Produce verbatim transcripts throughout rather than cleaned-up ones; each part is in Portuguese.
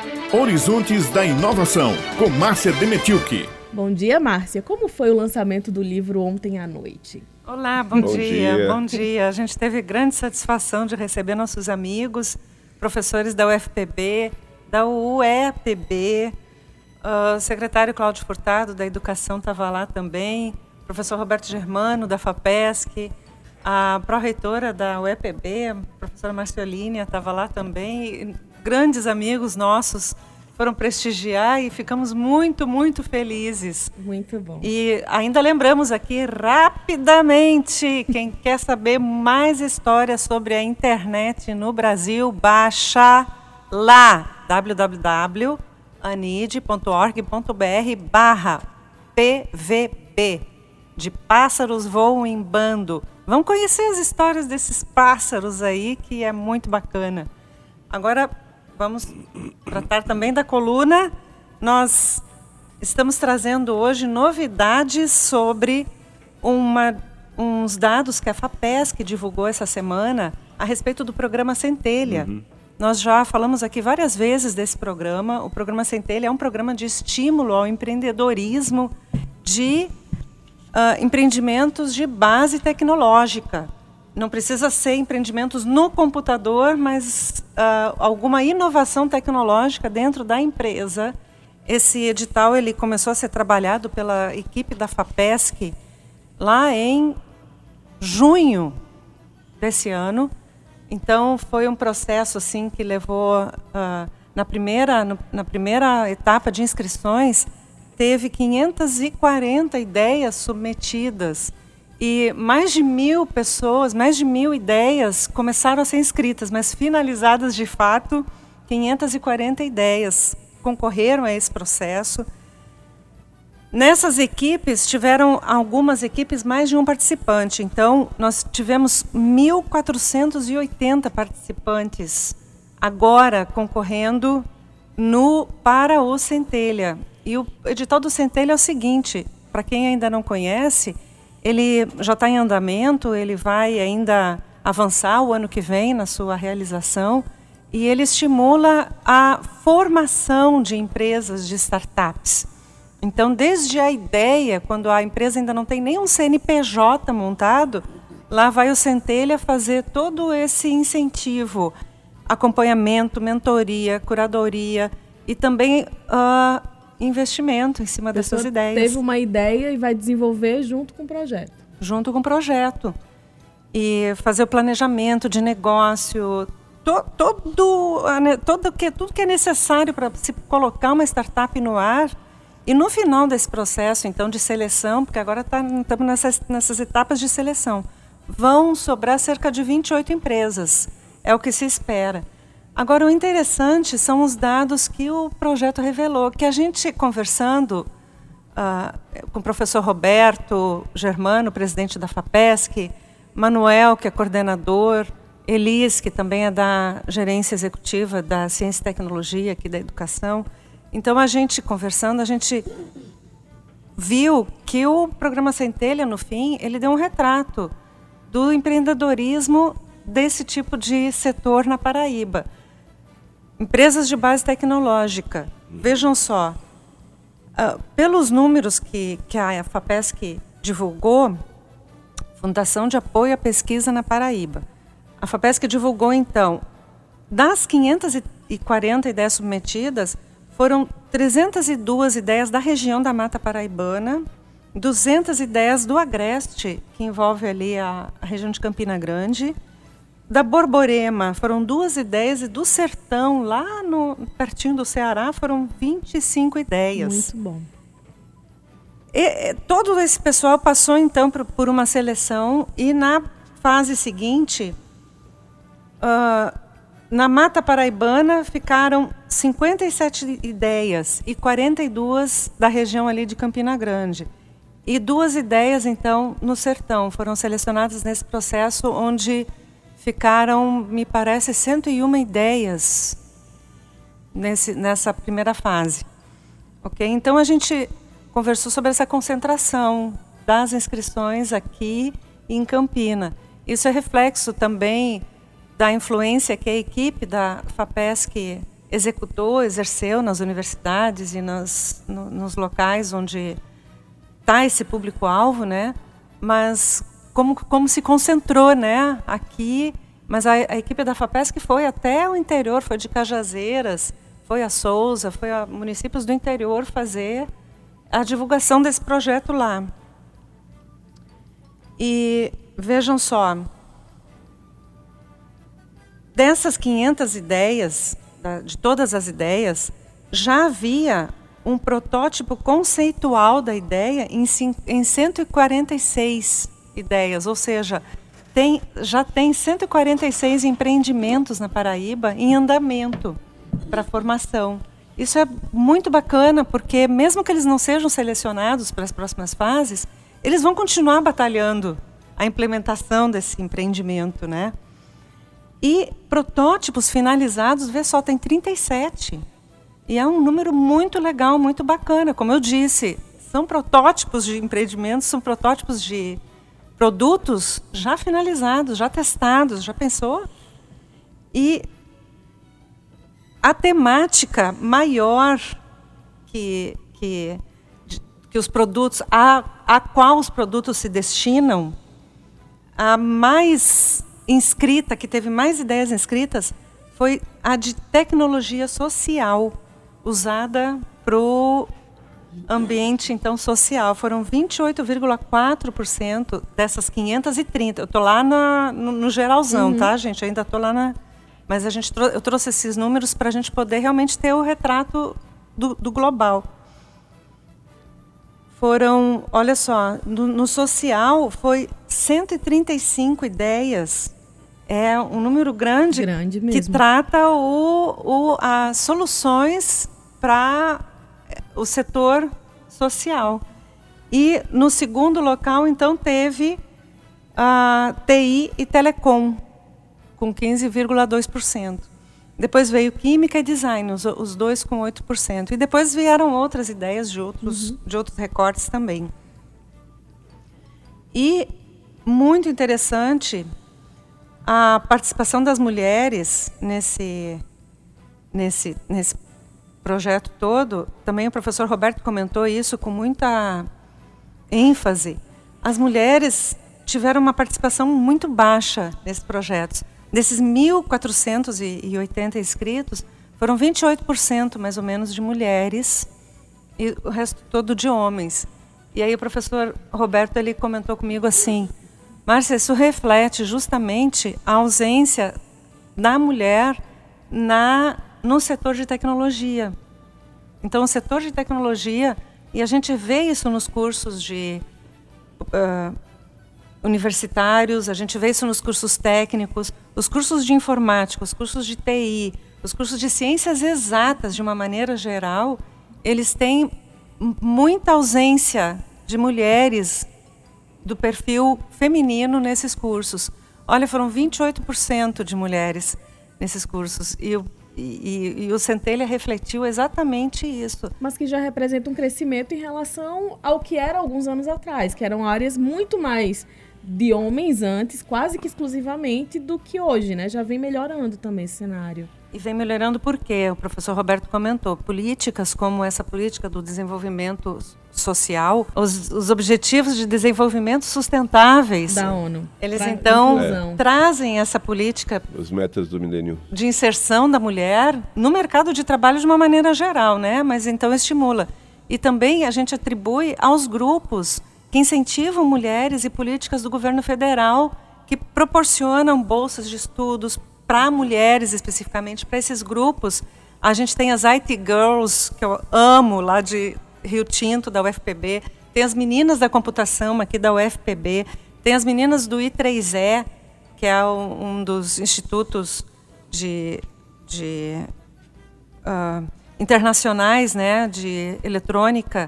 Horizontes da Inovação, com Márcia Demetilke. Bom dia, Márcia. Como foi o lançamento do livro ontem à noite? Olá, bom, bom dia, dia. Bom dia. A gente teve grande satisfação de receber nossos amigos, professores da U F P B, da U E P B, uh, o secretário Cláudio Furtado, da Educação, estava lá também, o professor Roberto Germano, da FAPESC, a pró-reitora da U E P B, a professora Marciolínia, estava lá também. Grandes amigos nossos foram prestigiar e ficamos muito, muito felizes. Muito bom. E ainda lembramos aqui rapidamente, quem quer saber mais histórias sobre a internet no Brasil, baixa lá, w w w ponto anid ponto org ponto b r barra P V B, de pássaros voam em bando. Vamos conhecer as histórias desses pássaros aí, que é muito bacana. Agora, vamos tratar também da coluna. Nós estamos trazendo hoje novidades sobre uma, uns dados que a FAPESC divulgou essa semana a respeito do programa Centelha. Uhum. Nós já falamos aqui várias vezes desse programa. O programa Centelha é um programa de estímulo ao empreendedorismo de uh, empreendimentos de base tecnológica. Não precisa ser empreendimentos no computador, mas uh, alguma inovação tecnológica dentro da empresa. Esse edital ele começou a ser trabalhado pela equipe da FAPESC lá em junho desse ano. Então, foi um processo assim, que levou, uh, na, primeira, no, na primeira etapa de inscrições, teve quinhentas e quarenta ideias submetidas. E mais de mil pessoas, mais de mil ideias começaram a ser inscritas, mas finalizadas de fato, quinhentas e quarenta ideias concorreram a esse processo. Nessas equipes, tiveram algumas equipes mais de um participante. Então, nós tivemos mil quatrocentos e oitenta participantes agora concorrendo no, para o Centelha. E o edital do Centelha é o seguinte, para quem ainda não conhece, ele já está em andamento, ele vai ainda avançar o ano que vem na sua realização e ele estimula a formação de empresas, de startups. Então, desde a ideia, quando a empresa ainda não tem nem um C N P J montado, lá vai o Centelha fazer todo esse incentivo, acompanhamento, mentoria, curadoria e também uh, investimento em cima dessas ideias. Teve uma ideia e vai desenvolver junto com o projeto. Junto com o projeto. E fazer o planejamento de negócio, to, todo, todo que, tudo que é necessário para se colocar uma startup no ar. E no final desse processo, então, de seleção, porque agora tá, estamos nessas, nessas etapas de seleção, vão sobrar cerca de vinte e oito empresas. É o que se espera. Agora, o interessante são os dados que o projeto revelou, que a gente, conversando uh, com o professor Roberto Germano, presidente da FAPESC, Manuel, que é coordenador, Elis, que também é da gerência executiva da Ciência e Tecnologia, aqui da Educação. Então, a gente, conversando, a gente viu que o programa Centelha, no fim, ele deu um retrato do empreendedorismo desse tipo de setor na Paraíba. Empresas de base tecnológica. Vejam só, uh, pelos números que, que a FAPESC divulgou, Fundação de Apoio à Pesquisa na Paraíba, a FAPESC divulgou, então, das quinhentas e quarenta ideias submetidas, foram trezentas e duas ideias da região da Mata Paraibana, duzentas ideias do Agreste, que envolve ali a, a região de Campina Grande. Da Borborema foram duas ideias e do Sertão, lá no, pertinho do Ceará, foram vinte e cinco ideias. Muito bom. E, e, todo esse pessoal passou, então, por, por uma seleção e na fase seguinte, uh, na Mata Paraibana ficaram cinquenta e sete ideias e quarenta e duas da região ali de Campina Grande. E duas ideias, então, no Sertão. Foram selecionadas nesse processo onde ficaram, me parece, cento e uma ideias nesse, nessa primeira fase. Okay? Então, a gente conversou sobre essa concentração das inscrições aqui em Campina. Isso é reflexo também da influência que a equipe da FAPESC executou, exerceu nas universidades e nas, no, nos locais onde está esse público-alvo, né? Mas como, como se concentrou, né? Aqui, mas a, a equipe da FAPESC foi até o interior, foi de Cajazeiras, foi a Sousa, foi a municípios do interior fazer a divulgação desse projeto lá. E vejam só, dessas quinhentas ideias, de todas as ideias, já havia um protótipo conceitual da ideia em, em cento e quarenta e seis ideias, ou seja, tem, já tem cento e quarenta e seis empreendimentos na Paraíba em andamento para formação. Isso é muito bacana, porque mesmo que eles não sejam selecionados para as próximas fases, eles vão continuar batalhando a implementação desse empreendimento, né? E protótipos finalizados, vê só, tem trinta e sete. E é um número muito legal, muito bacana. Como eu disse, são protótipos de empreendimentos, são protótipos de produtos já finalizados, já testados, já pensou? E a temática maior que, que, que os produtos, a, a qual os produtos se destinam, a mais inscrita, que teve mais ideias inscritas, foi a de tecnologia social, usada para o ambiente então social. Foram vinte e oito vírgula quatro por cento dessas quinhentas e trinta. Eu estou lá na, no, no geralzão, uhum. Tá, gente? Eu ainda estou lá na... Mas a gente trou eu trouxe esses números para a gente poder realmente ter o retrato do, do global. Foram, olha só, no, no social foi cento e trinta e cinco ideias. É um número grande, grande que trata o, o, as soluções para o setor social. E no segundo local, então, teve a T I e Telecom, com quinze vírgula dois por cento. Depois veio Química e Design, os, os dois com oito por cento. E depois vieram outras ideias de outros, uhum. de outros recortes também. E, muito interessante, a participação das mulheres nesse, nesse, nesse projeto todo. Também o professor Roberto comentou isso com muita ênfase. As mulheres tiveram uma participação muito baixa nesses projetos. Desses mil quatrocentos e oitenta inscritos, foram vinte e oito por cento, mais ou menos, de mulheres e o resto todo de homens. E aí o professor Roberto ele comentou comigo assim: Márcia, isso reflete justamente a ausência da mulher na, no setor de tecnologia. Então, o setor de tecnologia, e a gente vê isso nos cursos de uh, universitários, a gente vê isso nos cursos técnicos, os cursos de informática, os cursos de T I, os cursos de ciências exatas, de uma maneira geral, eles têm muita ausência de mulheres do perfil feminino nesses cursos. Olha, foram vinte e oito por cento de mulheres nesses cursos. E o, e, e o Centelha refletiu exatamente isso. Mas que já representa um crescimento em relação ao que era alguns anos atrás, que eram áreas muito mais de homens antes, quase que exclusivamente, do que hoje, né? Já vem melhorando também esse cenário. E vem melhorando porque o professor Roberto comentou, políticas como essa política do desenvolvimento social, os, os objetivos de desenvolvimento sustentáveis da ONU. Eles pra então é. trazem essa política, os metas do milênio, de inserção da mulher no mercado de trabalho de uma maneira geral, né? Mas então estimula. E também a gente atribui aos grupos que incentivam mulheres e políticas do governo federal que proporcionam bolsas de estudos para mulheres especificamente, para esses grupos. A gente tem as I T Girls, que eu amo, lá de Rio Tinto, da U F P B. Tem as meninas da computação aqui da U F P B. Tem as meninas do I três E, que é um dos institutos de, de, uh, internacionais, né, de eletrônica.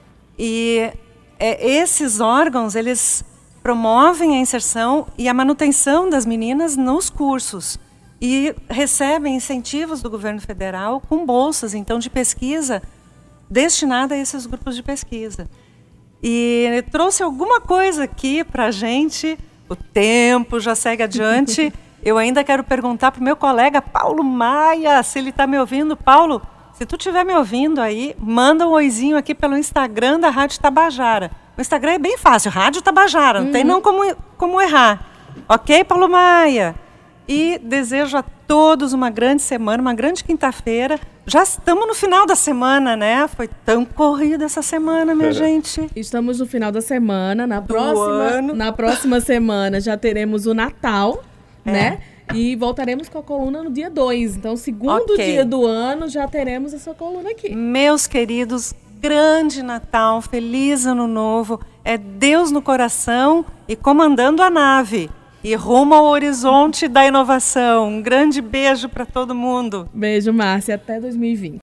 E é, esses órgãos, eles promovem a inserção e a manutenção das meninas nos cursos e recebem incentivos do governo federal com bolsas, então, de pesquisa destinada a esses grupos de pesquisa. E trouxe alguma coisa aqui para a gente, o tempo já segue adiante, eu ainda quero perguntar para o meu colega Paulo Maia, se ele está me ouvindo. Paulo, se tu estiver me ouvindo aí, manda um oizinho aqui pelo Instagram da Rádio Tabajara. O Instagram é bem fácil, Rádio Tabajara, não uhum. tem não como, como errar. Ok, Paulo Maia? E desejo a todos uma grande semana, uma grande quinta-feira. Já estamos no final da semana, né? Foi tão corrida essa semana, minha é. gente. Estamos no final da semana. Na próxima, na próxima semana já teremos o Natal, é. né? E voltaremos com a coluna no dia dois. Então, segundo okay. dia do ano, já teremos essa coluna aqui. Meus queridos, grande Natal, feliz Ano Novo. É Deus no coração e comandando a nave. E rumo ao horizonte da inovação. Um grande beijo para todo mundo. Beijo, Márcia. Até dois mil e vinte.